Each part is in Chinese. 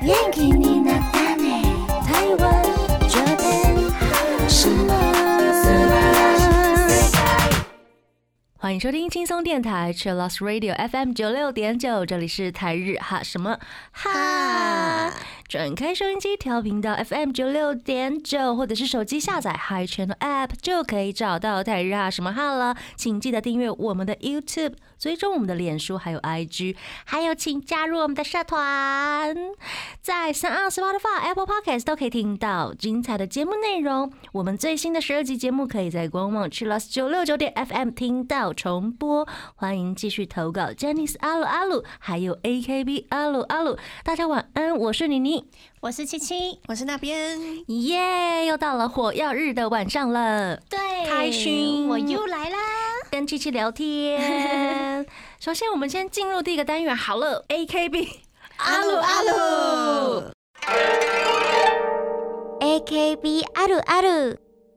元気になったね台湾这边什么欢迎收听轻松电台 Chillus Radio FM 96.9，这里是台日哈什么哈，转开收音机调频到 FM 96.9，或者是手机下载 Hi Channel App 就可以找到台日哈什么哈了。请记得订阅我们的 YouTube， 追踪我们的脸书还有 IG， 还有请加入我们的社团，在SoundOn、Spotify、Apple Podcast 都可以听到精彩的节目内容。我们最新的12集节目可以在官网 Chillus 969.FM 听到重播，欢迎继续投稿 Janice 阿鲁阿鲁，还有 AKB 阿鲁阿鲁。大家晚安，我是妮妮， 我是七七，我是那边， 耶！又到了火药日的晚上了， 对， 开心， 我又来啦， 跟七七聊天。首先，我们先进入第一个单元好了 ，AKB 阿鲁阿鲁 AKB あるある。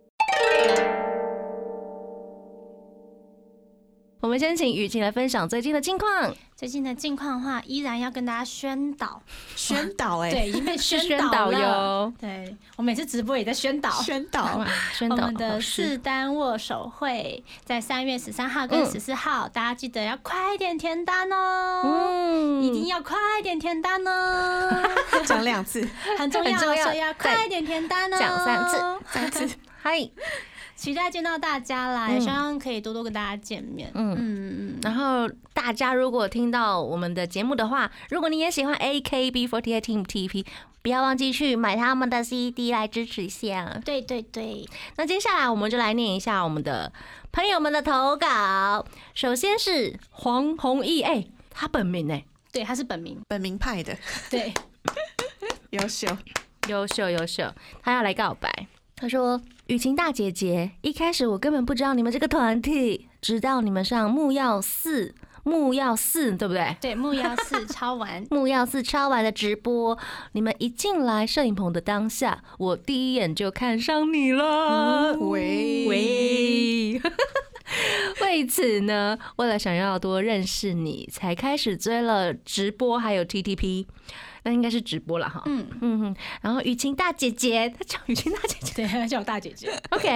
我们先请雨晴来分享最近的近况。 最近的近况的话，依然要跟大家宣导，对，已经被宣宣导导了。 哟， 对，我每次直播也在宣导。 宣我导们的4单握手会在3月13号跟14号，大家记得要快点填单哦，一定要快点填单哦， 讲2次， 很重要，所以要快点填单哦， 讲3次，嗨。 期待见到大家啦，也希望可以多多跟大家见面。 然后大家如果听到我们的节目的话，如果你也喜欢 AKB48 Team TP， 不要忘记去买他们的 CD 来支持一下。 对对对， 那接下来我们就来念一下我们的朋友们的投稿。首先是黄弘毅，他本名对，他是本名派的， 对， 优秀， 他要来告白。他说：“雨晴大姐姐，一开始我根本不知道你们这个团体，直到你们上木曜4，对不对？ 对，木曜4超玩， 木曜4超玩的直播，你们一进来摄影棚的当下，我第一眼就看上你了。喂。”为此呢，为了想要多认识你，才开始追了直播还有 TTP， 那应该是直播了哈。然后雨晴大姐姐，她叫雨晴大姐姐， 对，她叫我大姐姐。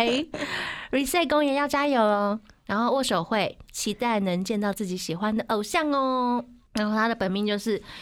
OK，Reset 公演要加油哦。然后握手会，期待能见到自己喜欢的偶像哦。然后她的本名就是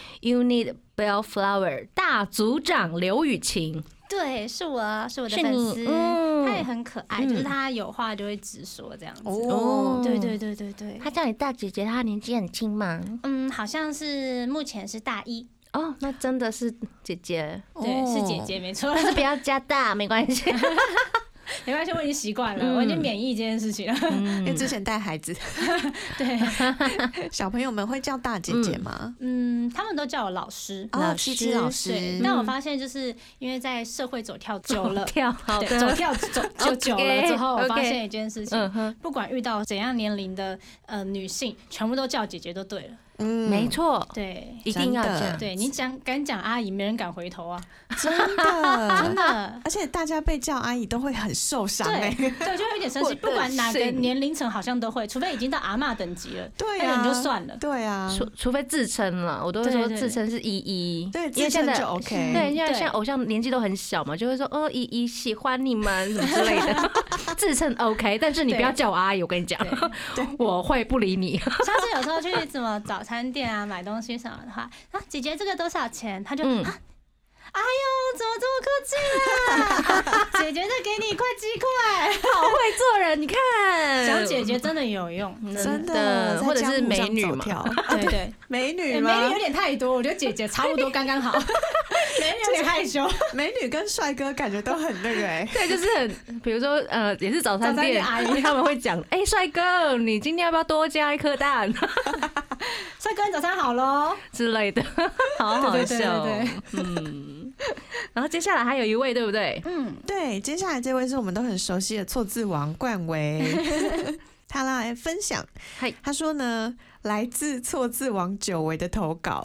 Unit Bellflower 大组长刘雨晴。 对，是我的粉丝，他也很可爱，就是他有话就会直说这样子。对， 他叫你大姐姐，他年纪很轻吗？ 好像是目前是大1。 哦，那真的是姐姐， 对，是姐姐没错， 但是不要加大，没关系。 没关系，我已经习惯了，我已经免疫这件事情了。 因为之前带孩子， 对， 小朋友们会叫大姐姐吗？ 他们都叫我老师， 七七老师。 但我发现，就是因为在社会走跳久了， 走跳久了之后，我发现一件事情，不管遇到怎样年龄的女性，全部都叫姐姐就对了。 没错， 对， 一定要这样。 对，你敢讲阿姨，没人敢回头啊！ 真的， 真的， 而且大家被叫阿姨都会很受伤对，就会有点生气。不管哪个年龄层，好像都会，除非已经到阿嬷等级了， 对啊， 你就算了。 对啊， 除非自称了，我都会说自称是依依。 对，自称就 OK。 对，因为现在偶像年纪都很小嘛，就会说依依喜欢你们什么之类的，自称 OK， 但是你不要叫我阿姨，我跟你讲，我会不理你。 上次有时候去什么早餐店啊买东西什么的话，姐姐这个多少钱？他就哎呦，怎么这么客气啦？姐姐再给你1块鸡块， 好会做人，你看， 讲姐姐真的有用， 真的， 或者是美女嘛， 对， 美女吗？美女有点太多，我觉得姐姐差不多刚刚好。美女有点害羞， 美女跟帅哥感觉都很那个对，就是很，比如说也是早餐店阿姨，他们会讲，帅哥，你今天要不要多加1颗蛋？ 帅哥，你早餐好咯之类的，好好笑。然后接下来还有一位，对不对？ 对，接下来这位是我们都很熟悉的错字王冠维，他来分享。他说呢，来自错字王久违的投稿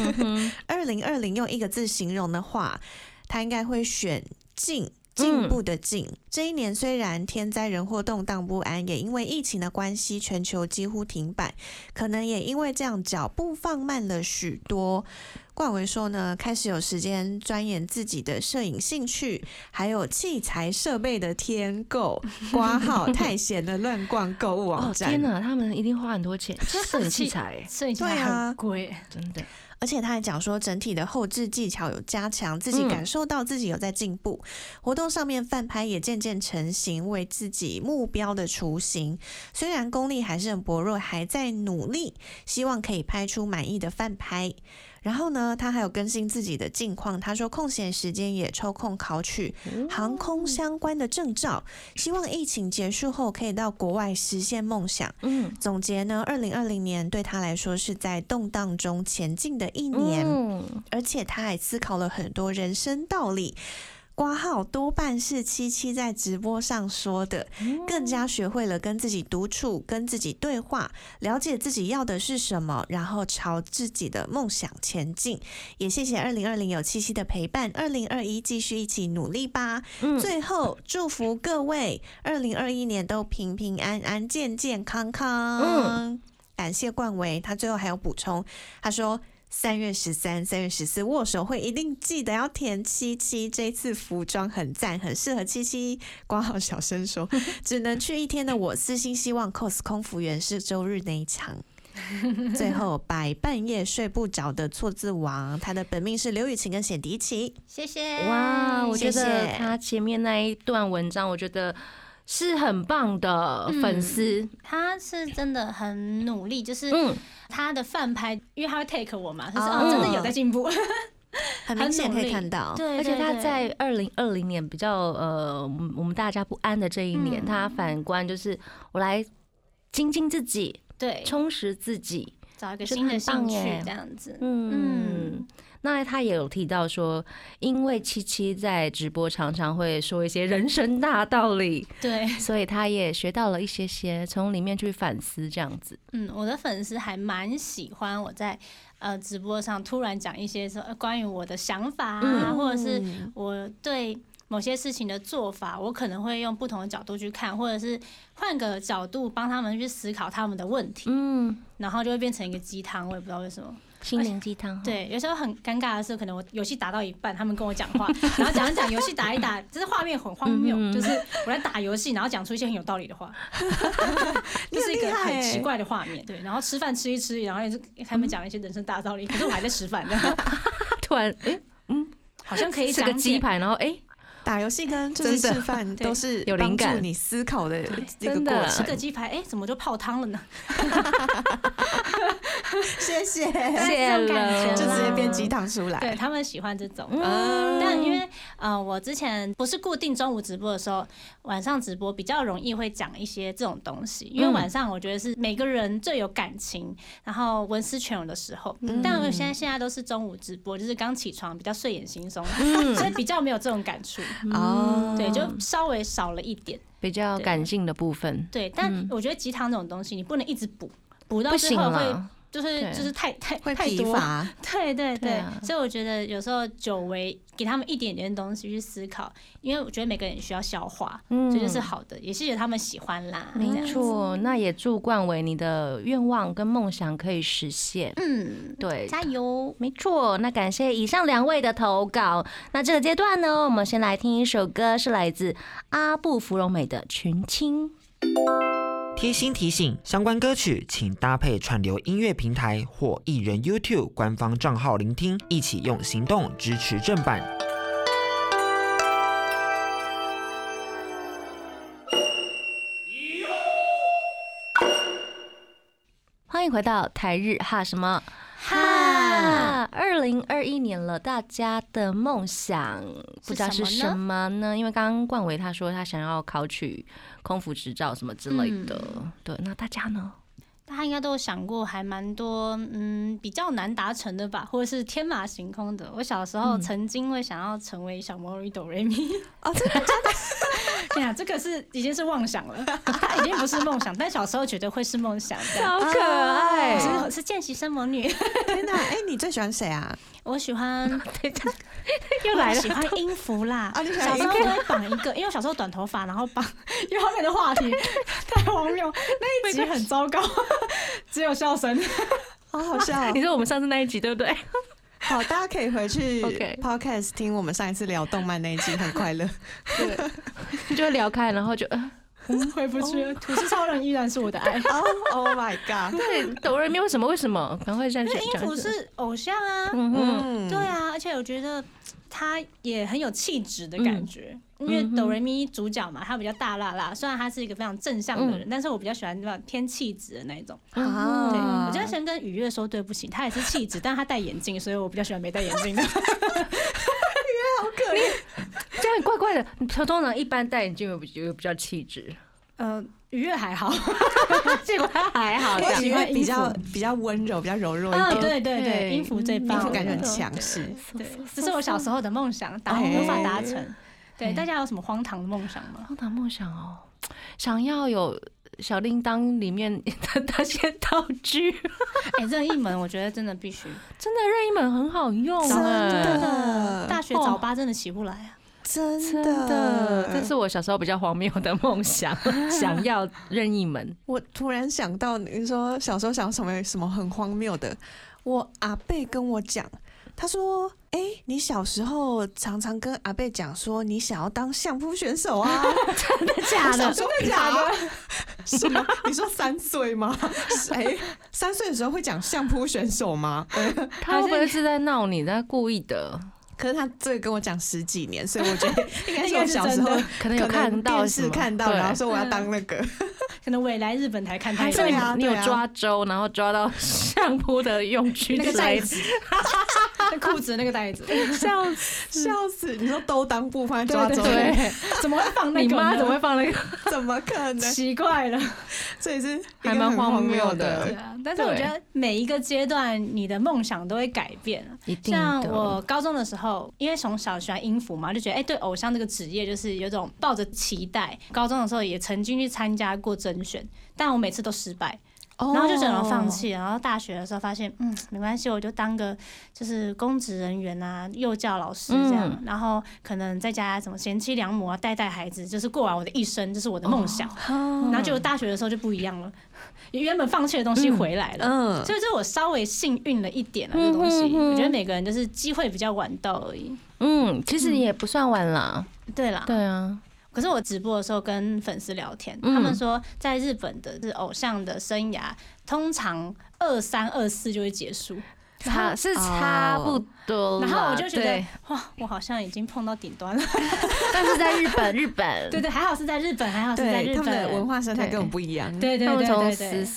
，2020用1个字形容的话，他应该会选进步的进。这一年虽然天灾人祸动荡不安，也因为疫情的关系全球几乎停摆，可能也因为这样脚步放慢了许多。 冠维说呢，开始有时间钻研自己的摄影兴趣，还有器材设备的添购，挂号太闲的乱逛购物网站。 天哪，他们一定花很多钱，摄影器材， 摄影器材很贵， 真的。 而且他还讲说，整体的后置技巧有加强，自己感受到自己有在进步。活动上面饭拍也渐渐成型，为自己目标的雏形。虽然功力还是很薄弱，还在努力，希望可以拍出满意的饭拍。然后呢，他还有更新自己的近况，他说空闲时间也抽空考取航空相关的证照，希望疫情结束后可以到国外实现梦想。总结呢，2020年对他来说是在动荡中前进的一年，而且他还思考了很多人生道理。挂号多半是七七在直播上说的，更加学会了跟自己独处，跟自己对话，了解自己要的是什么，然后朝自己的梦想前进。也谢谢2020有七七的陪伴，2021继续一起努力吧。最后祝福各位2021年都平平安安、健健康康。感谢冠维，他最后还有补充，他说3月13、3月14握手会一定记得要填七七，这次服装很赞，很适合七七。挂号小声说，只能去1天的我私心希望 cos 空服员是周日那一场。最后百半夜睡不着的错字王，他的本命是刘雨晴跟显迪奇。 谢谢。 哇，我觉得他前面那一段文章，我觉得是很棒的粉丝， 他是真的很努力，就是他的饭拍，因为他会 take 我嘛，就是真的有在进步， 很明显可以看到。 对， 而且他在2020年比较我们大家不安的这一年，他反观就是我来精进自己， 对， 充实自己， 找一个新的兴趣这样子。 那他也有提到说，因为七七在直播常常会说一些人生大道理， 对， 所以他也学到了一些，从里面去反思这样子。 我的粉丝还蛮喜欢我在直播上突然讲一些关于我的想法啊，或者是我对某些事情的做法，我可能会用不同的角度去看，或者是换个角度帮他们去思考他们的问题，然后就会变成一个鸡汤，我也不知道为什么。 心灵鸡汤。 对，有时候很尴尬的是，可能我游戏打到一半，他们跟我讲话，然后讲一讲游戏打一打，就是画面很荒谬，就是我在打游戏，然后讲出一些很有道理的话，就是一个很奇怪的画面。对，然后吃饭吃一吃，然后也是他们讲一些人生大道理，可是我还在吃饭， 突然好像可以吃个鸡排，然后打游戏跟就是吃饭都是有灵感， 你思考的一个过程。 吃个鸡排，怎么就泡汤了呢？ 谢谢了， 就直接变鸡汤出来。 对，他们喜欢这种，但因为我之前不是固定中午直播的时候，晚上直播比较容易会讲一些这种东西，因为晚上我觉得是每个人最有感情，然后文思泉涌的时候。但我现在都是中午直播，就是刚起床比较睡眼惺忪，所以比较没有这种感触。对，就稍微少了一点比较感性的部分。 对，但我觉得鸡汤这种东西，你不能一直补到最后会就是太多，对对对，所以我觉得有时候久违给他们一点点东西去思考，因为我觉得每个人需要消化，所以就是好的，也谢谢他们喜欢啦。 没错，那也祝冠伟你的愿望跟梦想可以实现。对， 加油！ 没错，那感谢以上2位的投稿。那这个阶段呢，我们先来听一首歌，是来自阿布芙蓉美的《群青》。 贴心提醒：相关歌曲请搭配串流音乐平台或艺人 YouTube 官方账号聆听，一起用行动支持正版。 欢迎回到台日哈什么哈，2021年了，大家的梦想不知道是什么呢？因为刚刚冠伟他说他想要考取空服执照什么之类的，对，那大家呢？ 大家应该都有想过，还蛮多比较难达成的吧，或者是天马行空的。我小时候曾经会想要成为小魔女哆瑞咪， 真的？ 对啊，这个已经是妄想了，它已经不是梦想，但小时候觉得会是梦想， 好可爱， 是见习生魔女。 天哪，你最喜欢谁啊？ 我喜欢， 又来了， 喜欢音符啦。 你小时候会绑一个，因为我小时候短头发，然后绑，因为后面的话题太荒谬，那一集很糟糕，只有笑声， 好好笑。 你说我们上次那一集对不对？ 好，大家可以回去 OK podcast 听我们上一次聊动漫那一集，很快乐。 对，就会聊开，然后就回不去了。吐司超人依然是我的爱。 Oh my god！ 对，哆瑞咪为什么？赶快站起来。 因为音符是偶像啊，对啊，而且我觉得他也很有气质的感觉。因为哆瑞咪主角嘛，他比较大辣辣，虽然他是一个非常正向的人，但是我比较喜欢那种偏气质的那一种。对，我就先跟雨月说对不起，他也是气质，但他戴眼镜，所以我比较喜欢没戴眼镜的。雨月好可怜， 这样怪怪的。通常一般戴眼镜有比较气质。 雨月还好， 结果他还好， 我喜欢比较温柔、比较柔弱一点。 对，音符最棒， 音符感觉很强势。 对，这是我小时候的梦想，无法达成。对，大家有什么荒唐的梦想吗？ 荒唐梦想哦，想要有小叮当里面的那些道具。 任意门我觉得真的必须， 真的任意门很好用， 真的， 大学早八真的起不来啊。 真的， 这是我小时候比较荒谬的梦想，想要任意门。 我突然想到，你说小时候想什么很荒谬的，我阿伯跟我讲，他说：“你小时候常常跟阿伯讲说，你想要当相扑选手啊？” 真的假的？ 真的假的？什么？你说3岁吗？3岁的时候会讲相扑选手吗？ 他会不会是在闹你，在故意的？ 可是他这个跟我讲10几年，所以我觉得应该是我小时候可能有看到电视看到，然后说我要当那个。 可能未来日本台看太多， 你有抓周，然后抓到相扑的用具那个袋子，裤子那个袋子， 笑死！你说都当布放在抓周， 对， 怎么会放那个？ 你妈怎么会放那个？ 怎么可能？ 奇怪了， 这也是还蛮荒谬的。 对啊，但是我觉得每一个阶段你的梦想都会改变。像我高中的时候，因为从小喜欢音符嘛，就觉得对偶像这个职业就是有种抱着期待。高中的时候也曾经去参加过甄选，但我每次都失败。然后就只能放弃，然后大学的时候发现，没关系，我就当个就是公职人员啊，幼教老师这样，然后可能在家什么贤妻良母啊，带孩子，就是过完我的一生，这是我的梦想。然后结果大学的时候就不一样了，原本放弃的东西回来了，所以这我稍微幸运了一点了，这东西，我觉得每个人就是机会比较晚到而已。 其实也不算晚啦。 对啦， 对啊。 可是我直播的时候跟粉丝聊天，他们说在日本的偶像的生涯通常23、24就会结束， 差不多。 然后我就觉得哇，我好像已经碰到顶端了。 但是在日本， 对，还好是在日本，他们的文化生态跟我们不一样。 对， 他们从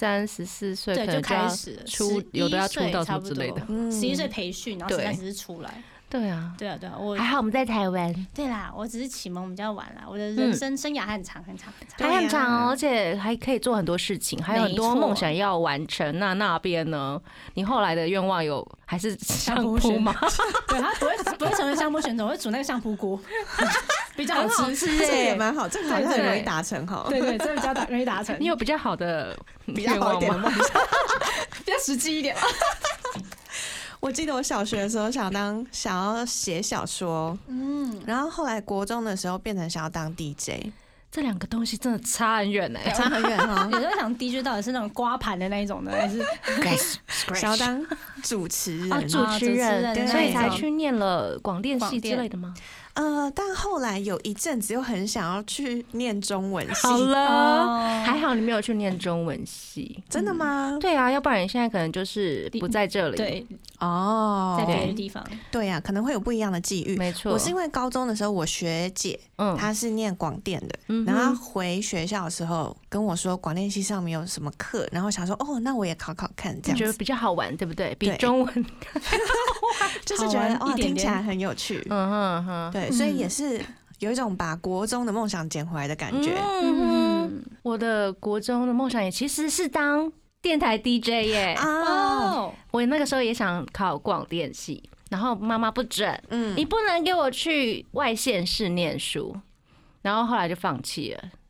13、14岁可能就开始有的要出道什么之类的 ，11岁培训，然后13只是出来。 对啊， 我还好我们在台湾。 对啦，我只是启蒙比较晚啦，我的人生生涯还很长， 还很长，而且还可以做很多事情，还有很多梦想要完成。那边呢？你后来的愿望有还是相扑吗？ 对，他不会成为相扑选手，我会煮那个相扑锅，比较好吃， 这也蛮好，这个好像很容易达成哈。 对，这比较容易达成。 你有比较好的愿望吗？ 比较实际一点。 我记得我小学的时候想要写小说，然后后来国中的时候变成想要当 DJ， 这两个东西真的差很远差很远哈。 有时候想 DJ 到底是那种刮盘的那一种的，还是想要当主持人？ 主持人，所以才去念了广电系之类的吗？ 但后来有一阵子又很想要去念中文系。 好了，还好你没有去念中文系。 真的吗？ 对啊，要不然你现在可能就是不在这里。 对， 在别的地方。 对啊，可能会有不一样的际遇。 没错， 我是因为高中的时候，我学姐她是念广电的，然后回学校的时候跟我说广电系上面有什么课，然后想说那我也考考看，这样觉得比较好玩，对不对？比中文就是觉得听起来很有趣。对。所以也是有一种把国中的梦想捡回来的感觉。 我的国中的梦想也其实是当电台 DJ 耶。我那个时候也想考广电系，然后妈妈不准，你不能给我去外县市念书，然后后来就放弃了。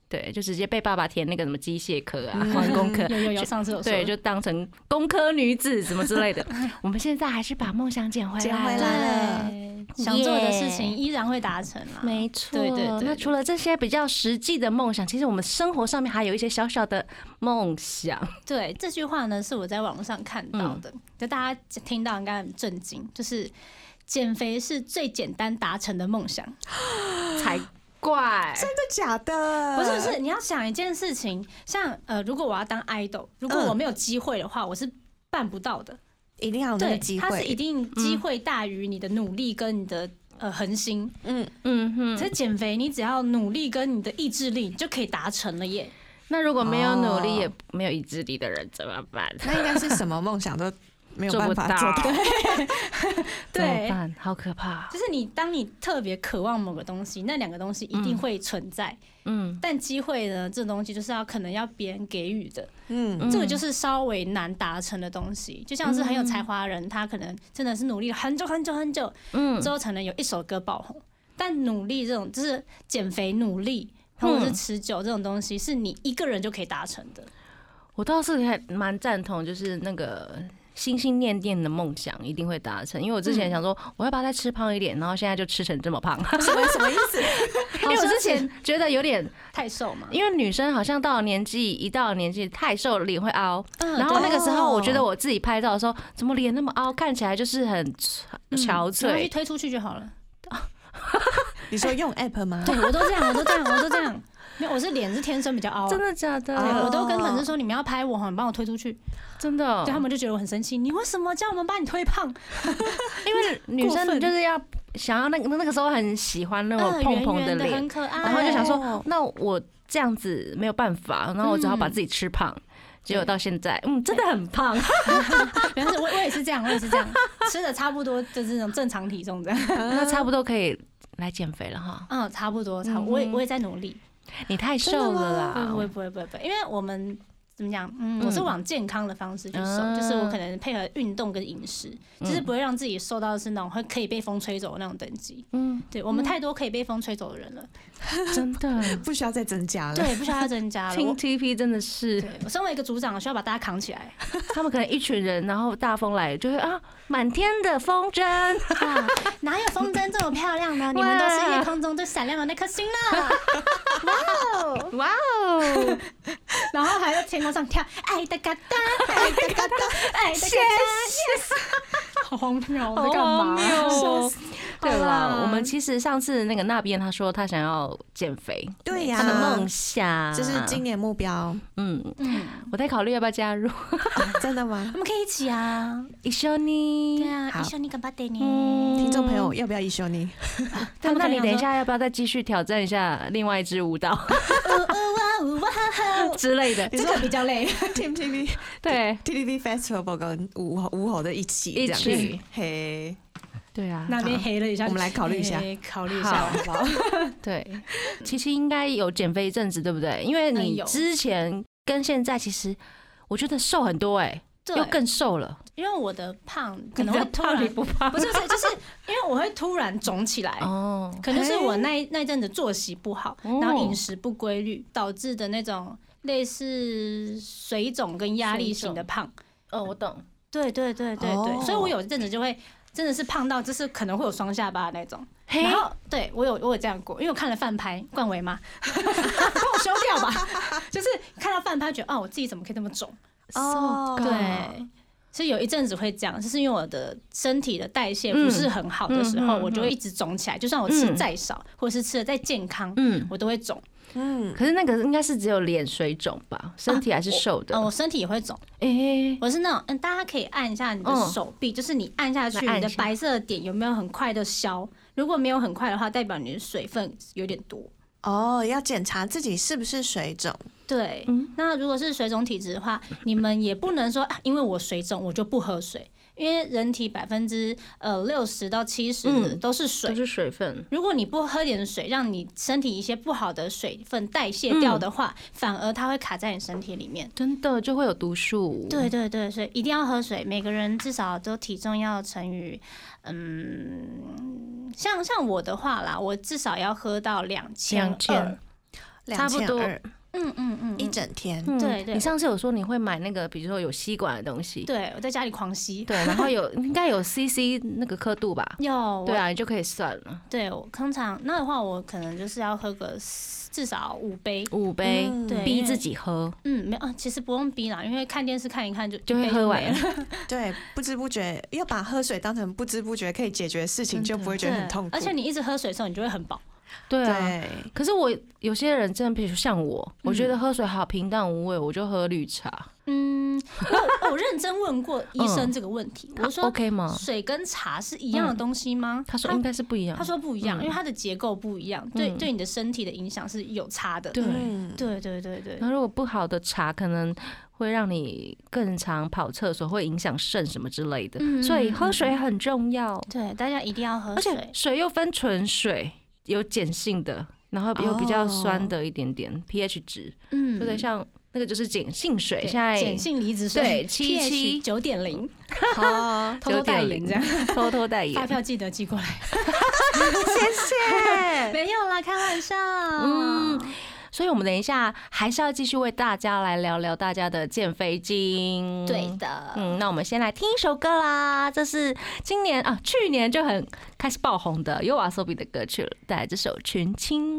对，就直接被爸爸填那个什么机械科啊、环工科， 有上次有说对，就当成工科女子什么之类的。我们现在还是把梦想捡回来了， 想做的事情依然会达成啦。 没错， 对。 那除了这些比较实际的梦想，其实我们生活上面还有一些小小的梦想。 对，这句话呢是我在网上看到的，就大家听到应该很震惊，就是减肥是最简单达成的梦想， 才怪， 真的假的？ 不是，你要想一件事情，像如果我要当 idol， 如果我没有机会的话，我是办不到的。 一定要有那个机会， 它是一定机会大于你的努力跟你的恒心。所以减肥你只要努力跟你的意志力，你就可以达成了耶。 那如果没有努力也没有意志力的人怎么办？ 那应该是什么梦想都没有办法做到。 对，好可怕。 就是当你特别渴望某个东西，那两个东西一定会存在。但机会呢，这东西就是可能要别人给予的。这个就是稍微难达成的东西。就像是很有才华的人，他可能真的是努力了很久很久很久，之后才能有一首歌爆红。但努力这种，就是减肥努力或者是持久这种东西，是你一个人就可以达成的。 我倒是还蛮赞同，就是那个心心念念的梦想一定会达成。因为我之前想说我要不要再吃胖一点，然后现在就吃成这么胖， 什么意思？ 因为我之前觉得有点太瘦嘛， 因为女生好像到了年纪太瘦了脸会凹，然后那个时候我觉得我自己拍照的时候，怎么脸那么凹，看起来就是很憔悴， 推出去就好了。 你说用 app 吗？ 对，我都这样。没有，我是脸是天生比较凹。 真的假的？ 我都跟粉丝说，你们要拍我，你帮我推出去。 真的， 对他们就觉得我很生气，你为什么叫我们把你推胖？ 因为女生就是要想要那个时候很喜欢那种碰碰的脸， 很可爱， 然后就想说，那我这样子没有办法，然后我只好把自己吃胖。结果到现在，真的很胖。 原来是我也是这样，吃的差不多就是那种正常体重这样。 那差不多可以来减肥了哈。 差不多。我也在努力。 你太瘦了啦！ 不会，因为我们怎么讲？我是往健康的方式去瘦，就是我可能配合运动跟饮食，就是不会让自己瘦到是那种可以被风吹走的那种等级。对，我们太多可以被风吹走的人了， 真的不需要再增加了。 对，不需要再增加了。 听 TP 真的是， 我身为一个组长，需要把大家扛起来。 他们可能一群人，然后大风来就会满天的风筝， 哪有风筝这么漂亮呢？你们都是夜空中最闪亮的那颗星了。 哇哦！ 然后还在天空上跳，爱的嘎哒，爱的嘎哒，爱的嘎哒，好荒谬，在干嘛？ 对啦，我们其实上次那个那边他说他想要减肥， 对呀， 他的梦想， 这是今年目标。 我在考虑要不要加入。 真的吗？ 我们可以一起啊， 一緒に。 对啊，一緒に頑張ってね。 听众朋友要不要一緒に？ 那你等一下要不要再继续挑战一下另外一支舞蹈之类的？ 这个比较累。 Team TV 对 TTV Festival 跟舞吼的一起，嘿。 对啊， 那边黑了一下， 我们来考虑一下， 考虑一下好不好？ 对，琪琪应该有减肥一阵子，对不对？因为你之前跟现在其实我觉得瘦很多又更瘦了。 因为我的胖可能会突然不胖， 不是，就是因为我会突然肿起来可能是我那阵子作息不好，然后饮食不规律导致的那种类似水肿跟压力型的胖。 我懂。 对，所以我有一阵子就会。真的是胖到就是可能会有双下巴的那种，然后对我有这样过，因为我看了饭拍冠维嘛，帮我修掉吧，就是看到饭拍觉得我自己怎么可以这么肿对，所以有一阵子会这样，就是因为我的身体的代谢不是很好的时候，我就会一直肿起来，就算我吃再少，或者是吃的再健康，我都会肿。 可是那个应该是只有脸水肿吧，身体还是瘦的。 我身体也会肿。我是那种大家可以按一下你的手臂，就是你按下去，你的白色的点有没有很快的消？如果没有很快的话，代表你的水分有点多。 要检查自己是不是水肿。 对，那如果是水肿体质的话，你们也不能说因为我水肿我就不喝水。因为人体60%到70%都是水， 都是水分。 如果你不喝点水，让你身体一些不好的水分代谢掉的话，反而它会卡在你身体里面， 真的就会有毒素。 对，所以一定要喝水。每个人至少都体重要乘以，像我的话啦，我至少要喝到2200。 差不多。 一整天。 对， 你上次有说你会买那个，比如说有吸管的东西。 对，我在家里狂吸。 对，然后应该有 CC 那个刻度吧？ 有。 对啊，你就可以算了。 对，我通常那的话，我可能就是要喝个至少5杯。 5杯， 对， 逼自己喝。 没有，其实不用逼啦，因为看电视看一看就会喝完了。 对，不知不觉要把喝水当成不知不觉可以解决的事情，就不会觉得很痛苦。 而且你一直喝水的时候，你就会很饱。 对啊，可是有些人真的，比如像我觉得喝水好平淡无味，我就喝绿茶。 我认真问过医生这个问题，我说 OK 吗？ 水跟茶是一样的东西吗？ 他说应该是不一样。 他说不一样，因为它的结构不一样，对你的身体的影响是有差的。对。那如果不好的茶，可能会让你更常跑厕所，会影响肾什么之类的。所以喝水很重要。 对，大家一定要喝水。 而且水又分纯水，有碱性的，然后有比较酸的一点点 pH 值。对不对？像那个就是碱性水，现在碱性离子水， 对，pH 9.0， 偷偷代言这样， 偷代言， 发票记得寄过来， 谢谢。 没有啦，开玩笑。 所以我们等一下还是要继续为大家来聊聊大家的减肥经。 对的。 那我们先来听一首歌啦，这是去年就很开始爆红的 YOASOBI 的歌曲了，带来这首《群青》。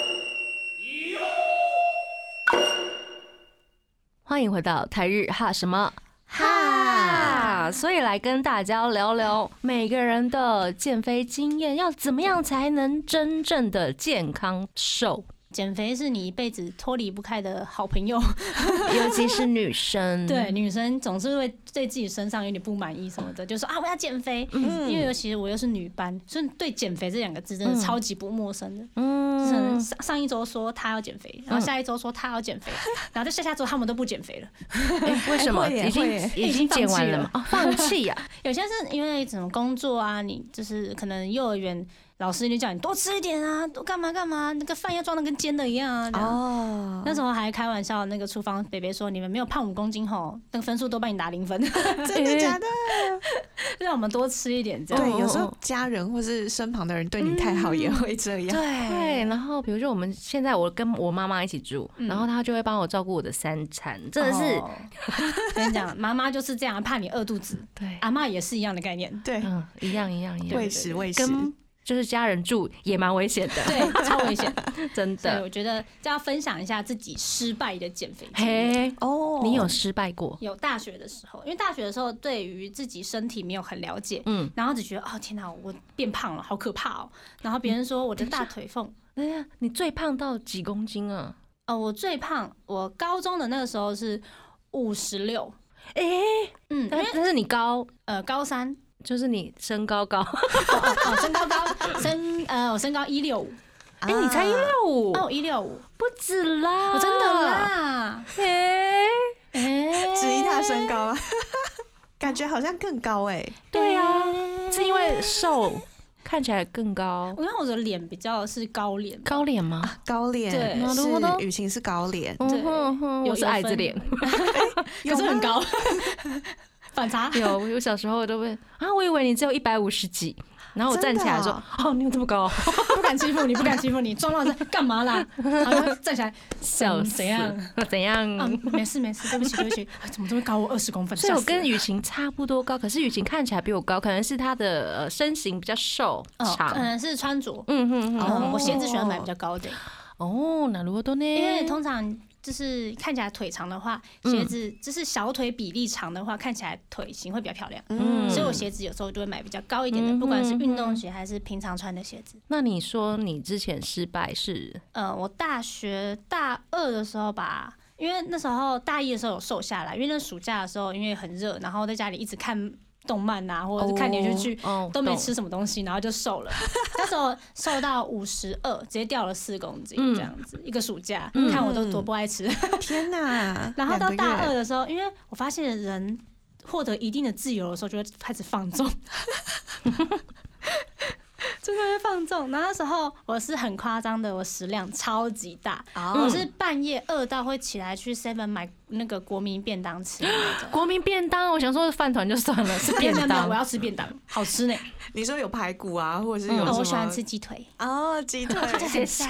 欢迎回到台日哈什么哈，所以来跟大家聊聊每个人的减肥经验，要怎么样才能真正的健康瘦？ 减肥是你一辈子脱离不开的好朋友， 尤其是女生。 对，女生总是会对自己身上有点不满意什么的，就说我要减肥。因为尤其是我又是女班，所以对减肥这2个字真的超级不陌生的。可能上一周说她要减肥，然后下一周说她要减肥，然后就下周他们都不减肥了。 为什么？已经减完了吗？放弃呀？ 有些是因为怎么工作啊，你就是可能幼儿园老师就叫你多吃一点啊，多干嘛干嘛，那个饭要装的跟煎的一样啊。那时候还开玩笑，那个厨房北北说：“你们没有胖5公斤吼，那个分数都帮你打0分。” 真的假的？ 让我们多吃一点这样。 对，有时候家人或是身旁的人对你太好也会这样。 对，然后比如说我跟我妈妈一起住，然后她就会帮我照顾我的3餐，真的是。 跟你讲，妈妈就是这样，怕你饿肚子。对，阿嬷也是一样的概念。 对， 一样。 喂食。 就是家人住也蛮危险的， 对，超危险， 真的。 所以我觉得就要分享一下自己失败的减肥经验。你有失败过？ 有，大学的时候，因为大学的时候对于自己身体没有很了解，然后只觉得天哪，我变胖了，好可怕哦。然后别人说我的大腿缝， 你最胖到几公斤啊？ 我最胖，我高中的那个时候是56。 但是你高 3。 就是你身高高， 身高高，我身高165， 你才165， 我165， 不止啦， 我真的啦， 质疑他身高啊，感觉好像更高对啊，是因为瘦看起来更高。 我看我的脸比较是高脸吗？ 高脸， 对， 是雨晴是高脸， 对， 我是矮子脸， 可是很高。反差我小时候都会我以为你只有150几，然后我站起来说你有这么高， 不敢欺负你，不敢欺负你，撞到这干嘛啦？然后站起来笑死，怎样？ 没事，对不起，怎么都会高我20公分？ 所以我跟雨晴差不多高，可是雨晴看起来比我高，可能是她的身形比较瘦长， 可能是穿着，我鞋子喜欢买比较高的。 なるほどね。 因为通常就是看起来腿长的话，鞋子就是小腿比例长的话，看起来腿型会比较漂亮。所以我鞋子有时候就会买比较高一点的，不管是运动鞋还是平常穿的鞋子。 那你说你之前失败是？ 我大学大2的时候吧，因为那时候大1的时候有瘦下来，因为那暑假的时候因为很热，然后在家里一直看动漫啊，或者是看连续剧，都没吃什么东西，然后就瘦了。那时候瘦到52，直接掉了4公斤，这样子一个暑假，看我都多不爱吃。 天哪！ 然后到大2的时候，因为我发现人获得一定的自由的时候，就会开始放纵。真的会放纵，然后那时候我是很夸张的，我食量超级大，我是半夜饿到会起来去 7-Eleven 买那个国民便当吃的那种。 国民便当，我想说饭团就算了，是便当， 我要吃便当，好吃呢。 你说有排骨啊，或者是有什么？ 我喜欢吃鸡腿。 鸡腿， 谢谢。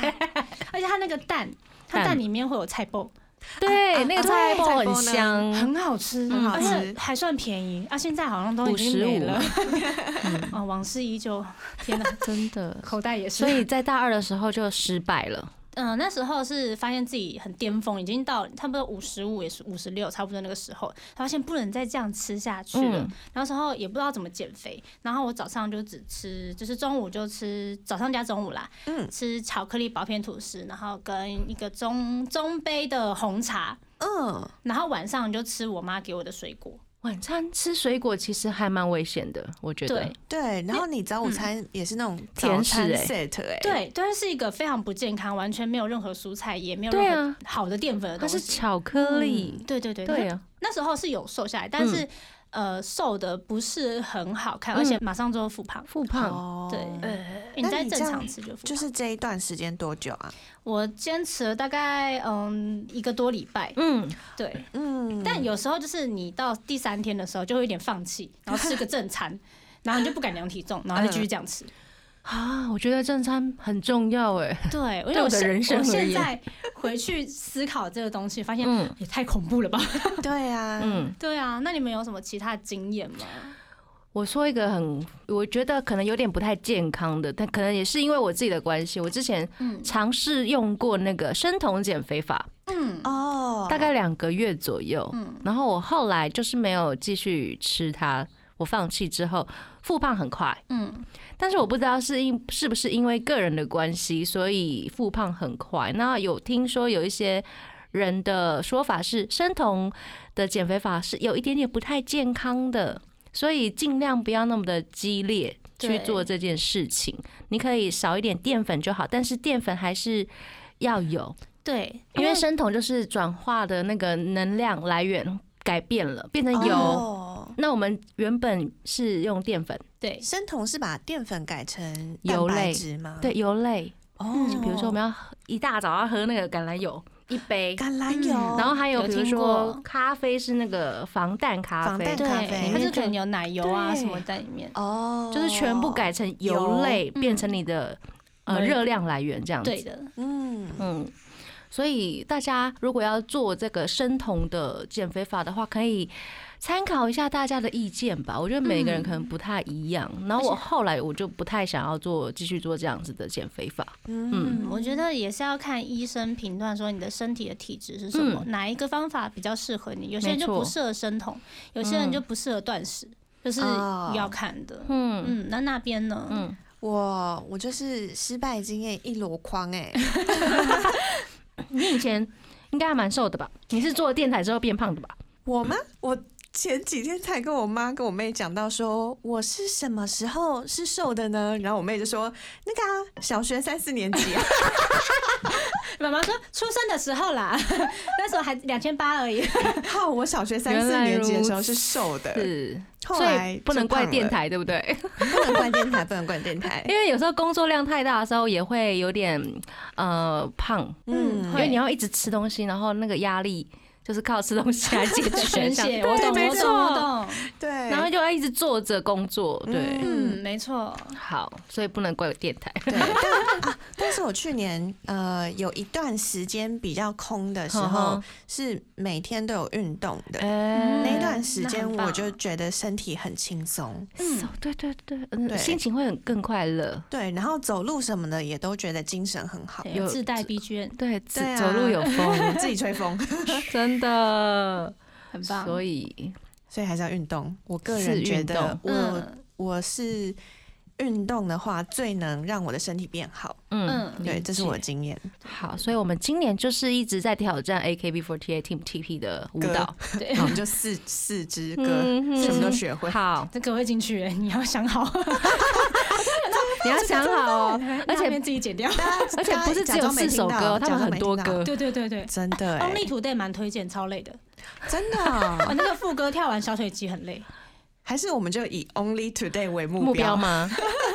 而且它那个蛋里面会有菜包。 对，那个菜包很香， 很好吃， 很好吃， 而且还算便宜啊！现在好像都已经没了。往事依旧，天哪， 真的， 口袋也是。 所以在大2的时候就失败了。 那时候是发现自己很巅峰，已经到差不多55也是56，差不多那个时候，发现不能再这样吃下去了。那时候也不知道怎么减肥，然后我早上就只吃，就是中午就吃早上加中午啦，吃巧克力薄片吐司，然后跟一个中杯的红茶，然后晚上就吃我妈给我的水果。 晚餐吃水果其实还蛮危险的，我觉得。 对，然后你早午餐也是那种甜食 set 对，但是一个非常不健康，完全没有任何蔬菜，也没有任何好的淀粉的东西。 它是巧克力。 对啊。那时候是有瘦下来，但是瘦的不是很好看，而且马上就复胖。对，你在正常吃就复胖。 就是这一段时间多久啊？ 我坚持了大概1个多礼拜。对，但有时候就是你到第3天的时候就会有点放弃，然后吃个正餐，然后你就不敢量体重，然后就继续这样吃。 我觉得正餐很重要哎。 对， 对我的人生而言， 我现在回去思考这个东西，发现也太恐怖了吧？ 对啊， 对啊。那你们有什么其他的经验吗？ 我说一个我觉得可能有点不太健康的，但可能也是因为我自己的关系，我之前尝试用过那个生酮减肥法，大概2个月左右，然后我后来就是没有继续吃它，我放弃之后复胖很快，但是我不知道是不是因为个人的关系，所以复胖很快。那有听说有一些人的说法是，生酮的减肥法是有一点点不太健康的。所以尽量不要那么的激烈去做这件事情，你可以少一点淀粉就好，但是淀粉还是要有。 对， 因为生酮就是转化的那个能量来源改变了，变成油。那我们原本是用淀粉， 对， 生酮是把淀粉改成油类吗？ 对，油类。就比如说我们要一大早要喝那个橄榄油1杯， 橄榄油， 然后还有比如说咖啡是那个防弹咖啡， 对，它是可能有奶油啊什么在里面， 就是全部改成油类，变成你的热量来源这样子。 对的， 所以大家如果要做这个生酮的减肥法的话，可以参考一下大家的意见吧。我觉得每个人可能不太一样。然后我后来我就不太想要继续做这样子的减肥法。 我觉得也是要看医生评断说你的身体的体质是什么，哪一个方法比较适合你。有些人就不适合生酮，有些人就不适合断食，就是要看的。那边呢？ 我就是失败经验一箩筐哎。 你以前应该还蛮瘦的吧？你是做了电台之后变胖的吧？ 我吗？我前几天才跟我妈跟我妹讲到说，我是什么时候是瘦的呢？然后我妹就说那个小学3、4年级啊。 妈妈说出生的时候啦，那时候还2800而已。 我小学3、4年级的时候是瘦的，后来不能怪电台，对不对？ 不能怪电台，不能怪电台， 因为有时候工作量太大的时候也会有点胖，因为你要一直吃东西，然后那个压力就是靠吃东西来解决。 我懂，没错， 对， 然后就要一直坐着工作，对， 没错。 好，所以不能怪电台。 对，但是我去年有一段时间比较空的时候，是每天都有运动的。那一段时间我就觉得身体很轻松。 对，心情会更快乐。 对，然后走路什么的也都觉得精神很好， 有自带 BGM。 对，走路有风， 自己吹风， 真的很棒。 所以还是要运动。我个人觉得我是运动的话，最能让我的身体变好。对，这是我的经验。 好，所以我们今年就是一直在挑战 AKB48 Team TP 的舞蹈， 对， 我们就四支歌，什么都学会。 好， 这歌会进去，你要想好。 你要想好哦，而且自己剪掉， 而且不是只有4首歌，他们很多歌。 对， 真的。 Only Today 蛮推荐，超累的， 真的。 那个副歌跳完小腿肌很累。 还是我们就以 Only Today 为目标吗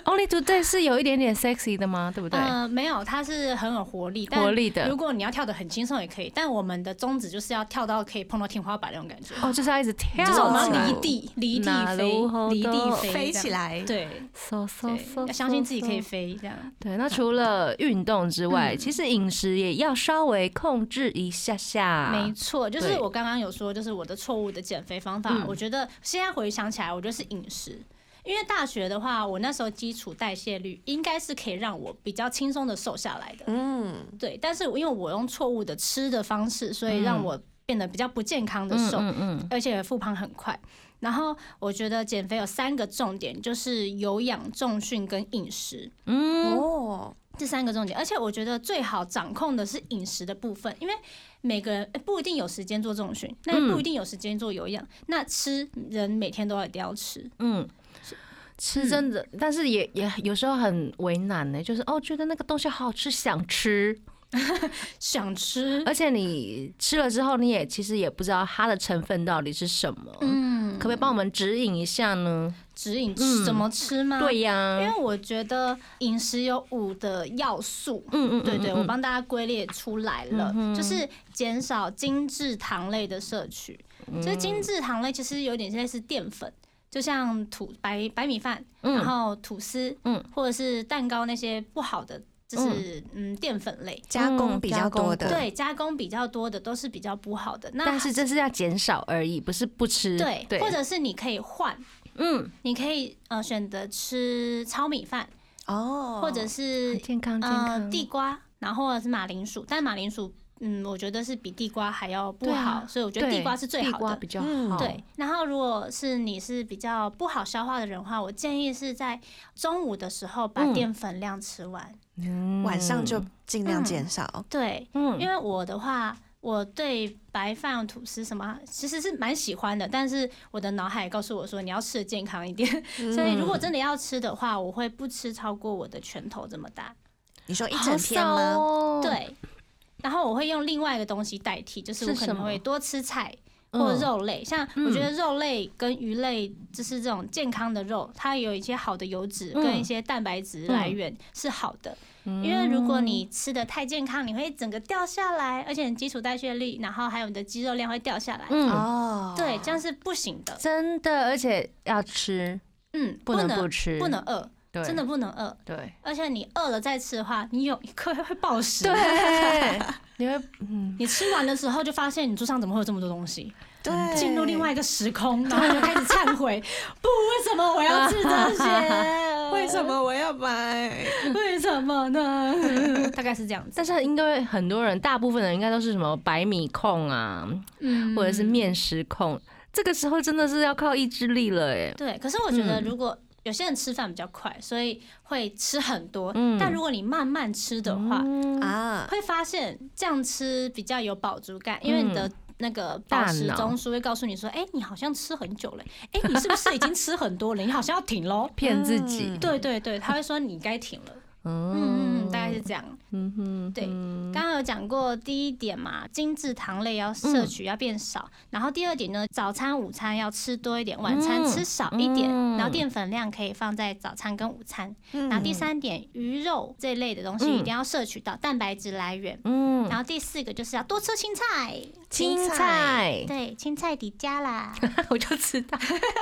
Only Today 是有一点点 sexy 的吗？对不对？ 没有，它是很有活力， 的。 如果你要跳得很轻松也可以，但我们的宗旨就是要跳到可以碰到天花板那种感觉。 哦，就是要一直跳， 就是我们要离地飞起来。 对，要相信自己可以飞这样。 对，那除了运动之外，其实饮食也要稍微控制一下下。 没错，就是我刚刚有说，就是我的错误的减肥方法，我觉得现在回想起来，我觉得是饮食。因为大学的话，我那时候基础代谢率应该是可以让我比较轻松的瘦下来的。对。但是因为我用错误的吃的方式，所以让我变得比较不健康的瘦，而且复胖很快。然后我觉得减肥有3个重点，就是有氧、重训跟饮食。这3个重点，而且我觉得最好掌控的是饮食的部分，因为每个人不一定有时间做重训，那不一定有时间做有氧。那吃人每天都一定要吃。 吃真的，但是也有时候很为难呢，就是觉得那个东西好好吃，想吃，而且你吃了之后，你其实也不知道它的成分到底是什么。可不可以帮我们指引一下呢？ 指引怎么吃吗？ 对呀， 因为我觉得饮食有5的要素。对，我帮大家归列出来了，就是减少精制糖类的摄取。就是精制糖类其实有点类似淀粉。就像白米饭，然后吐司，或者是蛋糕那些不好的，就是淀粉类加工比较多的， 对，加工比较多的都是比较不好的。 但是这是要减少而已，不是不吃。 对，或者是你可以换，你可以选择吃糙米饭或者是健康地瓜，然后或者是马铃薯，但马铃薯。我觉得是比地瓜还要不好，所以我觉得地瓜是最好的， 地瓜比较好。 对，然后如果是你是比较不好消化的人的话，我建议是在中午的时候把淀粉量吃完， 晚上就尽量减少。 对，因为我的话，我对白饭、吐司什么其实是蛮喜欢的，但是我的脑海告诉我说你要吃的健康一点，所以如果真的要吃的话，我会不吃超过我的拳头这么大。 你说一整天吗？ 对。然后我会用另外一个东西代替，就是我可能会多吃菜或肉类，像我觉得肉类跟鱼类就是这种健康的肉，它有一些好的油脂跟一些蛋白质来源是好的。因为如果你吃的太健康，你会整个掉下来，而且你基础代谢率，然后还有你的肌肉量会掉下来。对，这样是不行的。 真的，而且要吃，不能不吃， 不能饿。真的不能饿， 对， 而且你饿了再吃的话，你有一刻会暴食， 对，你会， 你吃完的时候就发现你桌上怎么会有这么多东西， 对， 进入另外一个时空，然后你就开始忏悔，不，为什么我要吃这些？ 为什么我要买？ 为什么呢？大概是这样子。 但是因为很多人，大部分人应该都是什么白米控啊，或者是面食控，这个时候真的是要靠意志力了，哎。 对，可是我觉得如果有些人吃饭比较快，所以会吃很多。但如果你慢慢吃的话，会发现这样吃比较有饱足感，因为你的那个饱食中枢会告诉你说：“你好像吃很久了，你是不是已经吃很多了？你好像要停喽。” 骗自己。 对对对，他会说你该停了。大概是这样。对，刚刚有讲过第1点嘛，精制糖类要摄取要变少，然后第2点呢，早餐、午餐要吃多一点，晚餐吃少一点，然后淀粉量可以放在早餐跟午餐。然后第3点，鱼肉这类的东西一定要摄取到蛋白质来源。然后第4个就是要多吃青菜， 青菜， 对，青菜底加啦， 我就知道。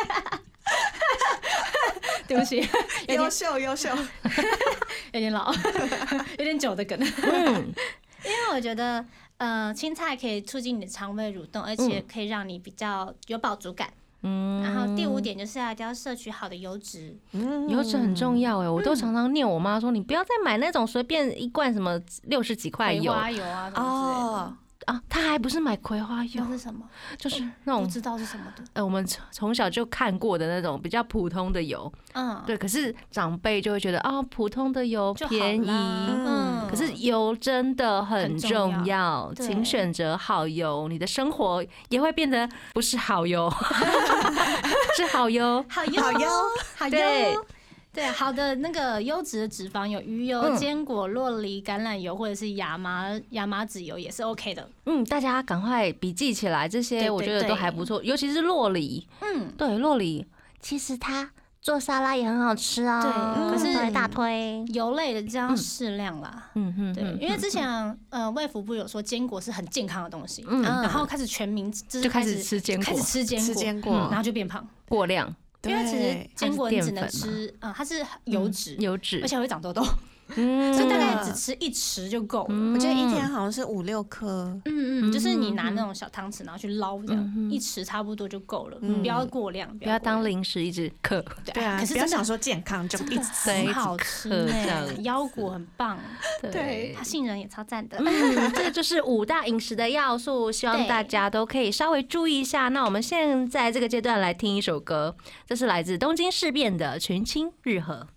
对不起， 优秀， 有点老，有点久的梗。因为我觉得，青菜可以促进你的肠胃蠕动，而且可以让你比较有饱足感。然后第5点就是一定要摄取好的油脂， 油脂很重要哎，我都常常念我妈说，你不要再买那种随便一罐什么60几块油， 葵花油啊什么之类的。 他还不是买葵花油， 那是什么？ 就是那种不知道是什么的。 我们从小就看过的那种比较普通的油，对。可是长辈就会觉得普通的油便宜，可是油真的很重要，请选择好油，你的生活也会变得不是好油，是好油， 好油，好油。对，好的那个优质的脂肪有鱼油、坚果、酪梨、橄榄油或者是亚麻籽油也是 OK 的。 大家赶快笔记起来，这些我觉得都还不错，尤其是酪梨。对，酪梨其实它做沙拉也很好吃啊。 对，可是大推油类的这样适量啦。对，因为之前卫福部有说坚果是很健康的东西，然后开始全民就开始吃坚果， 开始吃坚果，然后就变胖过量。 因为其实坚果你只能吃，它是油脂，而且会长痘痘。所以大概只吃1匙就够了。 我觉得一天好像是5、6颗。 就是你拿那种小汤匙，然后去捞，这样1匙差不多就够了，不要过量， 不要当零食一直嗑。 对啊，可是不要想说健康就一直吃， 很好吃腰果很棒， 对， 它杏仁也超赞的。 这个就是5大饮食的要素，希望大家都可以稍微注意一下。那我们现在这个阶段来听一首歌，这是来自东京事变的《群青日和》。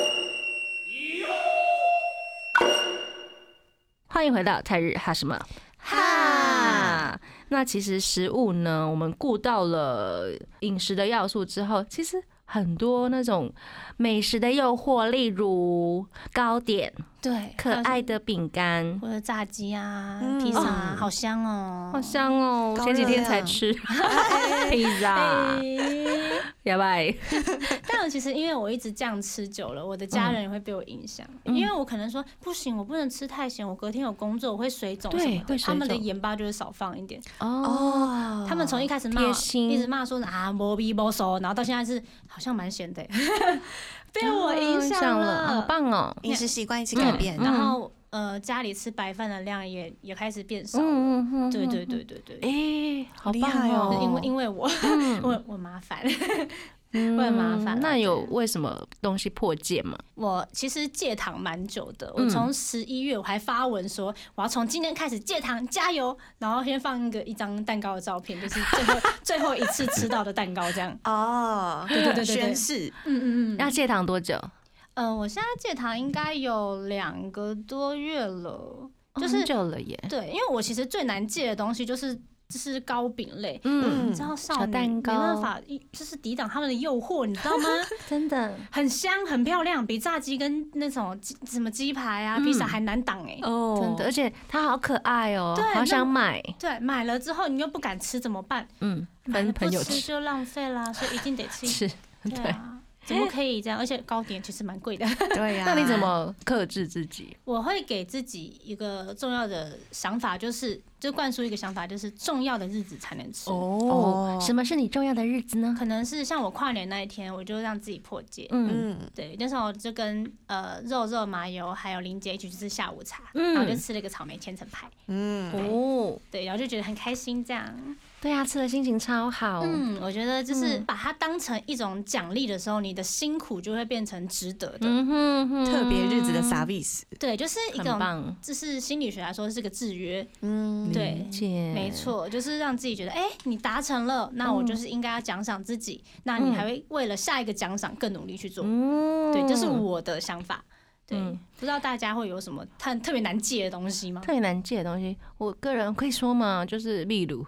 欢迎回到泰日哈什么哈。那其实食物呢，我们顾到了饮食的要素之后，其实很多那种美食的诱惑，例如糕点， 对， 可爱的饼干或者炸鸡啊、披萨啊，好香哦， 好香哦！前几天才吃披萨，要不然。 但其实因为我一直这样吃久了，我的家人也会被我影响，因为我可能说不行，我不能吃太咸，我隔天有工作，我会水肿什么的。他们的盐巴就是少放一点。哦，他们从一开始骂，一直骂说啊没味没熟，然后到现在是好像蛮咸的，被我影响了， 好棒哦！ 饮食习惯一起改变， 然后家里吃白饭的量也开始变少了。对， 哎，好棒哦！因为我麻烦。会很麻烦。 那有为什么东西破戒吗？ 我其实戒糖蛮久的，我从11月我还发文说我要从今天开始戒糖，加油！然后先放一张蛋糕的照片，就是最后一次吃到的蛋糕这样。 哦，对，宣誓。 要戒糖多久？ 我现在戒糖应该有2个多月了，就是很久了耶。 对，因为我其实最难戒的东西就是糕饼类，你知道少女没办法，就是抵挡他们的诱惑，你知道吗？ 真的很香，很漂亮，比炸鸡跟那种什么鸡排啊、披萨还难挡哎！ 哦，真的，而且它好可爱哦，好想买。 对，买了之后你又不敢吃怎么办？ 分朋友吃就浪费啦，所以一定得吃。对啊。怎么可以这样？而且糕点其实蛮贵的。 对呀。 那你怎么克制自己？ 我会给自己一个重要的想法，就灌输一个想法，就是重要的日子才能吃。 哦，什么是你重要的日子呢？ 可能是像我跨年那一天，我就让自己破戒。对，那时候我就跟肉麻油还有林姐一起去吃下午茶，然后就吃了一个草莓千层派。对，然后就觉得很开心这样。 对啊，吃的心情超好。 我觉得就是把它当成一种奖励的时候，你的辛苦就会变成值得的。 特别日子的 service。 对，就是一种，这是心理学来说是个制约。对，没错，就是让自己觉得，你达成了，那我就是应该要奖赏自己，那你还会为了下一个奖赏更努力去做。对，这是我的想法。对，不知道大家会有什么特别难戒的东西吗？ 特别难戒的东西，我个人可以说嘛，就是秘鲁。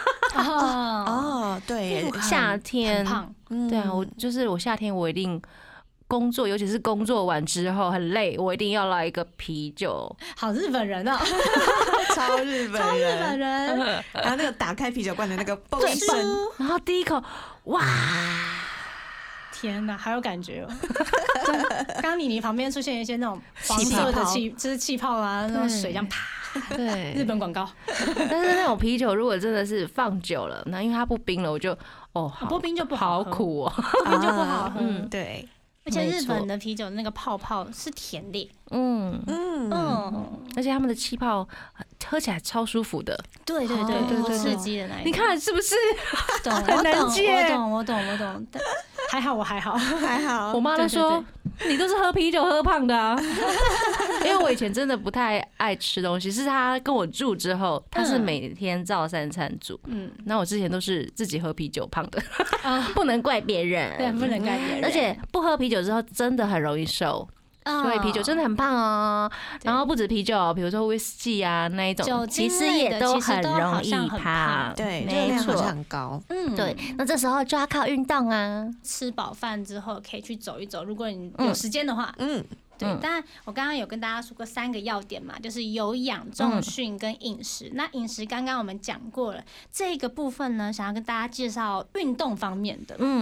对， 夏天，对啊，我夏天我一定工作，尤其是工作完之后很累，我一定要来一个啤酒。 好日本人哦， 超日本人。然后那个打开啤酒罐的那个嘣一声， 然后第一口，哇！ 天哪，好有感觉哦！刚刚你旁边出现一些那种黄色的就是气泡啊，那种水这样啪。对，日本广告。 但是那种啤酒如果真的是放久了，那因为它不冰了，我就不冰就不好喝， 好苦哦， 不冰就不好喝。 对。 而且日本的啤酒那个泡泡是甜的， 而且他们的气泡喝起来超舒服的， 对，不刺激的那一种。 你看是不是？ 很难戒，我懂。还好， 我妈都说你都是喝啤酒喝胖的啊，因为我以前真的不太爱吃东西，是她跟我住之后，她是每天照3餐煮，那我之前都是自己喝啤酒胖的，不能怪别人， 对，不能怪别人， 而且不喝啤酒之后真的很容易瘦。所以啤酒真的很胖哦，然后不止啤酒，比如说威士忌啊那一种，其实也都很容易胖， 对，没错，很高。 对，那这时候就要靠运动啊。 吃饱饭之后可以去走一走，如果你有时间的话。对，但我刚刚有跟大家说过3个要点嘛，就是有氧、重训跟饮食。那饮食刚刚我们讲过了，这个部分呢，想要跟大家介绍运动方面的。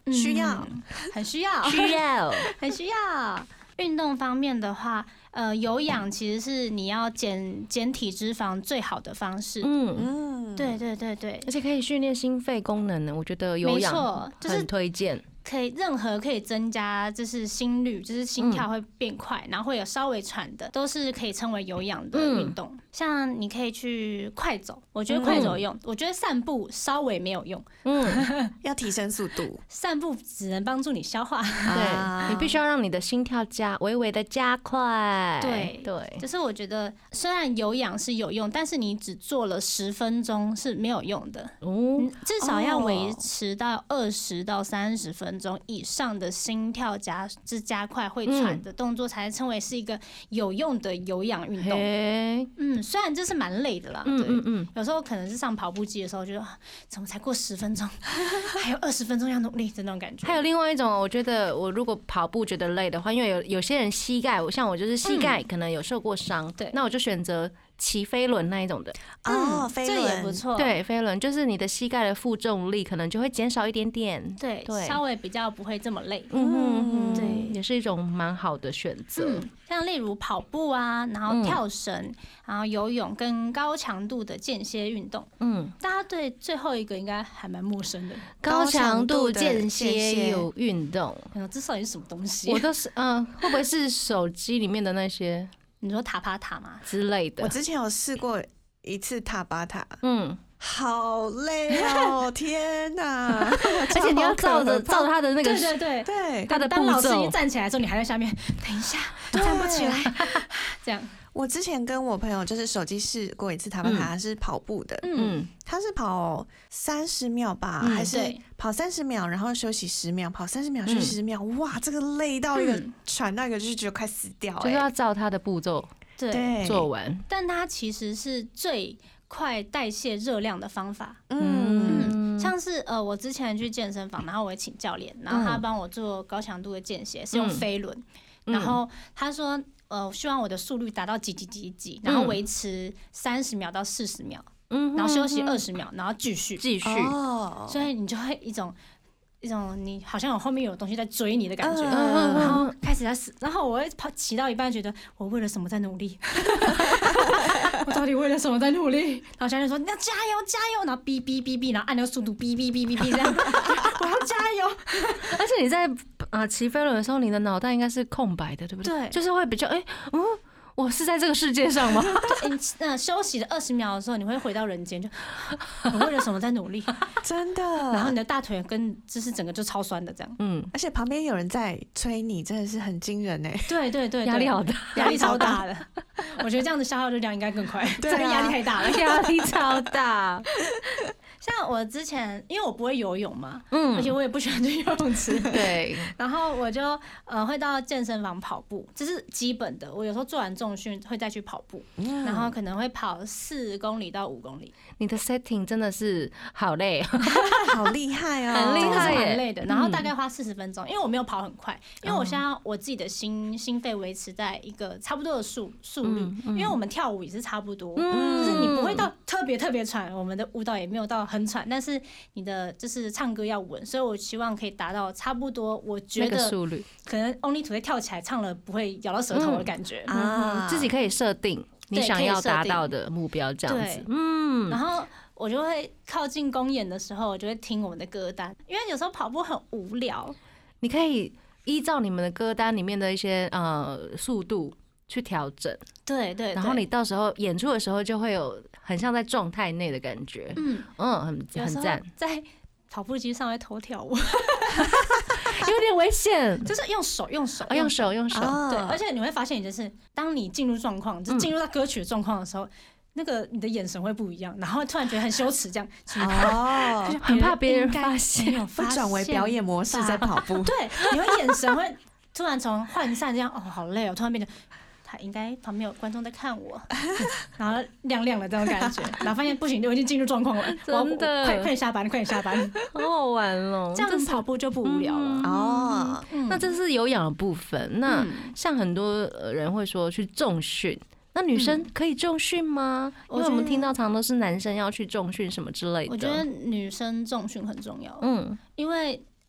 需要， 很需要，很需要。运动方面的话，有氧其实是你要减体脂肪最好的方式。对， 而且可以训练心肺功能呢，我觉得有氧很推荐。 任何可以增加就是心率，就是心跳会变快，然后会有稍微喘的，都是可以称为有氧的运动。像你可以去快走，我觉得快走有用。我觉得散步稍微没有用， 要提升速度。 散步只能帮助你消化， 对，你必须要让你的心跳微微的加快。 对，就是我觉得虽然有氧是有用，但是你只做了10分钟是没有用的。至少要维持到20到30分钟以上的心跳加快会喘的动作，才称为是一个有用的有氧运动。虽然这是蛮累的啦，有时候可能是上跑步机的时候，觉得怎么才过10分钟，还有20分钟要努力的那种感觉。 还有另外一种，我觉得我如果跑步觉得累的话，因为有些人膝盖，像我就是膝盖可能有受过伤，对，那我就选择骑飞轮那一种的。 飞轮这也不错。 对，飞轮就是你的膝盖的负重力可能就会减少一点点， 对，稍微比较不会这么累。 对，也是一种蛮好的选择。 像例如跑步啊，然后跳绳，然后游泳跟高强度的间歇运动。大家对最后一个应该还蛮陌生的， 高强度间歇有运动。 这到底是什么东西？ 我都是会不会是手机里面的那些？ 你说塔巴塔吗之类的？ 我之前有试过一次塔巴塔，好累哦！天哪！ 而且你要照他的那个， 对， 他的步骤。 当老师一站起来的时候，你还在下面，等一下，站不起来，这样。 我之前跟我朋友就是手机试过一次塔巴塔，是跑步的，他是跑30秒吧，还是跑30秒，然后休息10秒，跑30秒休息10秒，哇，这个累到一个喘到一个，就是觉得快死掉， 就是要照他的步骤做完。 但它其实是最快代谢热量的方法。像是我之前去健身房，然后我也请教练，然后他帮我做高强度的间歇，是用飞轮，然后他说希望我的速率达到几，然后维持30秒到40秒，然后休息20秒，然后继续，所以你就会一种你好像后面有东西在追你的感觉，然后开始在死，然后我会骑到一半，觉得我为了什么在努力？我到底为了什么在努力？然后教练说你要加油，然后哔，然后按那个速度哔这样，我要加油。 而且你在骑飞轮的时候，你的脑袋应该是空白的，对不对？ 对， 就是会比较我是在这个世界上吗？ 你休息的20秒的时候，你会回到人间，就我为了什么在努力？ 真的。 然后你的大腿跟就是整个就超酸的这样。 而且旁边有人在催你，真的是很惊人哎。 对， 压力好大， 压力超大的。我觉得这样子消耗热量应该更快，这个压力太大了， 压力超大。 像我之前，因为我不会游泳嘛，而且我也不喜欢去游泳池， 对， 然后我就会到健身房跑步，这是基本的。我有时候做完重训会再去跑步，然后可能会跑4公里到5公里。 你的 setting 真的是好累， 好厉害哦， 很厉害耶， 蛮累的。然后大概花40分钟，因为我没有跑很快，因为我现在我自己的心肺维持在一个差不多的速率，因为我们跳舞也是差不多，就是你不会到特别喘，我们的舞蹈也没有到很喘，但是你的就是唱歌要稳，所以我希望可以达到差不多，我觉得速率可能 Only Today 跳起来唱了不会咬到舌头的感觉自己可以设定你想要达到的目标，这样子。 然后我就会靠近公演的时候，我就会听我们的歌单，因为有时候跑步很无聊， 你可以依照你们的歌单里面的一些速度去调整， 对， 然后你到时候演出的时候就会有很像在状态内的感觉，很赞。 在跑步机上会偷跳舞， 有点危险， 就是用手，对，而且你会发现，就是当你进入状况，就进入到歌曲的状况的时候。那个你的眼神会不一样，然后突然觉得很羞耻，这样很怕别人发现， 会转为表演模式在跑步。 对，你会眼神会突然从涣散这样，好累哦，突然变成他应该旁边有观众在看我，然后亮亮的这种感觉，然后发现不行，我已经进入状况了， 真的， 快点下班， 好好玩哦， 这样跑步就不无聊了那这是有氧的部分，那像很多人会说去重训。那女生可以重训吗？因为我们听到常都是男生要去重训什么之类的。 我觉得女生重训很重要，因为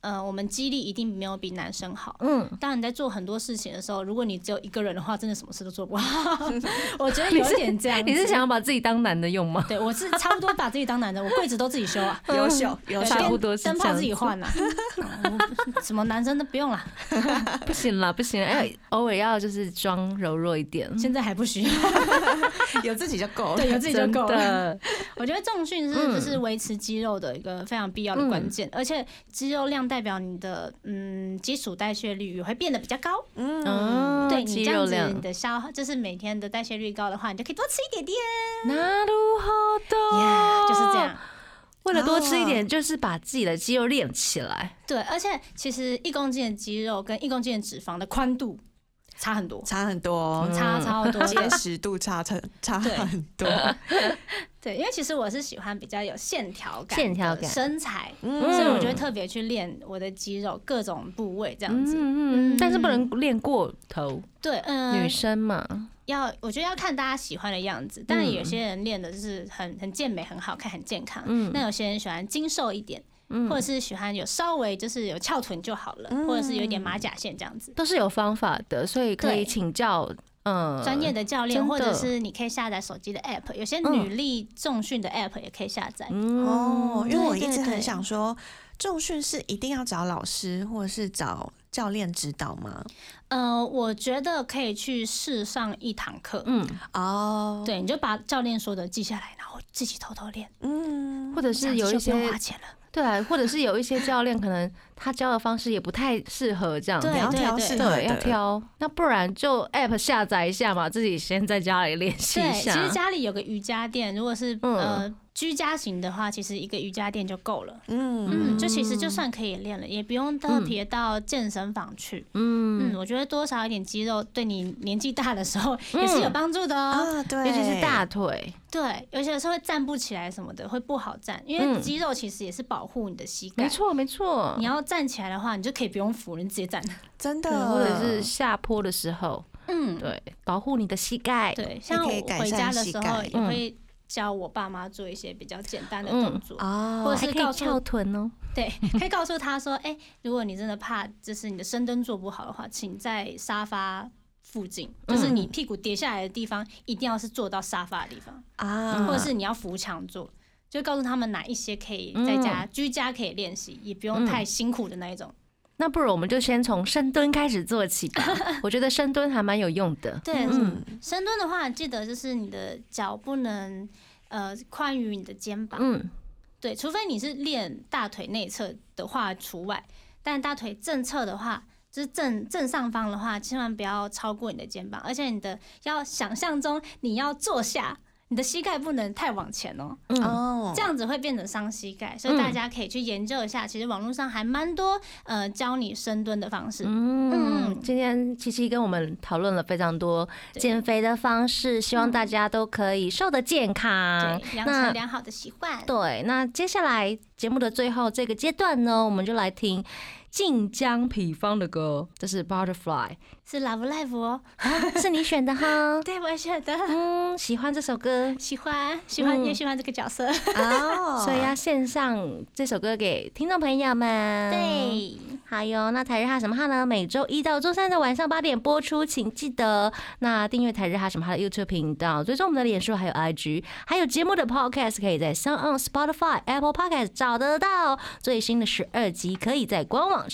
我们肌力一定没有比男生好。当你在做很多事情的时候，如果你只有一个人的话，真的什么事都做不好。我觉得有点这样子。 你是想要把自己当男的用吗？ 对，我是差不多把自己当男的，我柜子都自己修啊， 优秀， 差不多是这样子。 灯泡自己换啊，什么男生都不用啦。 不行啦，不行，偶尔要就是装柔弱一点。 现在还不需要， 有自己就够了。 对，有自己就够了。我觉得重训就是维持肌肉的一个非常必要的关键，而且肌肉量代表你的基础代谢率也会变得比较高。对，你这样子你的消耗就是每天的代谢率高的话，你就可以多吃一点点。 なるほど， 就是这样。 为了多吃一点，就是把自己的肌肉练起来。 对，而且其实1公斤的肌肉跟1公斤的脂肪的宽度差很多， 差很多， 差超多， 结实度差很多。 对，因为其实我是喜欢比较有线条感的身材，所以我就会特别去练我的肌肉各种部位这样子。 但是不能练过头。 对， 女生嘛， 我觉得要看大家喜欢的样子。当然有些人练的就是很健美、很好看、很健康。那有些人喜欢精瘦一点。或者是喜欢有稍微就是有翘臀就好了，或者是有一点马甲线这样子， 都是有方法的，所以可以请教专业的教练，或者是你可以下载手机的 app， 有些女力重训的 app 也可以下载。 因为我一直很想说，重训是一定要找老师或者是找教练指导吗？ 我觉得可以去试上1堂课。对，你就把教练说的记下来，然后自己偷偷练。 或者是有一些花钱了。 对啊，或者是有一些教练可能他教的方式也不太适合这样， 对，要挑适合的， 要挑。那不然就 app 下载一下嘛，自己先在家里练习一下。 对，其实家里有个瑜伽垫，如果是居家型的话，其实一个瑜伽垫就够了。就其实就算可以练了，也不用特别到健身房去。我觉得多少一点肌肉，对你年纪大的时候也是有帮助的哦。 对， 尤其是大腿。 对，有些时候会站不起来什么的，会不好站，因为肌肉其实也是保护你的膝盖。 没错，没错。 你要站起来的话，你就可以不用扶，你直接站。 真的， 或者是下坡的时候，对，保护你的膝盖。 对，像我回家的时候也会教我爸妈做一些比较简单的动作，或者是告诉翘臀哦。 对，可以告诉他说，如果你真的怕就是你的深蹲做不好的话，请在沙发附近，就是你屁股跌下来的地方，一定要是坐到沙发的地方或者是你要扶墙坐，就告诉他们哪一些可以在家居家可以练习，也不用太辛苦的那一种。 那不如我们就先从深蹲开始做起吧。我觉得深蹲还蛮有用的。 对，深蹲的话，记得就是你的脚不能宽于你的肩膀。对，除非你是练大腿内侧的话除外，但大腿正侧的话，就是正上方的话，千万不要超过你的肩膀，而且你的要想象中你要坐下。你的膝盖不能太往前哦，这样子会变成伤膝盖，所以大家可以去研究一下。其实网络上还蛮多教你深蹲的方式。 今天七七跟我们讨论了非常多减肥的方式，希望大家都可以瘦得健康， 对，养成良好的习惯。 对，那接下来节目的最后这个阶段呢，我们就来听晋江痞方的歌，这是 Butterfly， 是 Love Live 哦， 是你选的哈？ 对，我选的。 喜欢这首歌， 喜欢，也喜欢这个角色所以要献上这首歌给听众朋友们。 对， 好哟。那台日哈什么哈呢？每周1到周3的晚上8点播出，请记得那订阅台日哈什么哈的 YouTube 频道，追踪我们的脸书还有 IG， 还有节目的 Podcast 可以在 SoundOn、Spotify、Apple Podcast 找得到。最新的12集可以在官网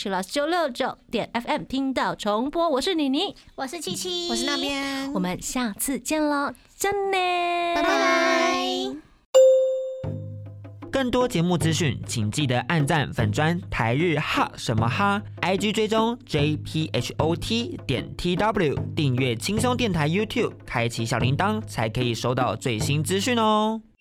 969.FM 听到重播。我是妮妮， 我是七七， 我是那边， 我们下次见喽，真的， 拜拜。 更多节目资讯，请记得按赞粉专台日哈什么哈 ，IG 追踪 JPHOT.TW， 订阅轻松电台 YouTube， 开启小铃铛才可以收到最新资讯哦。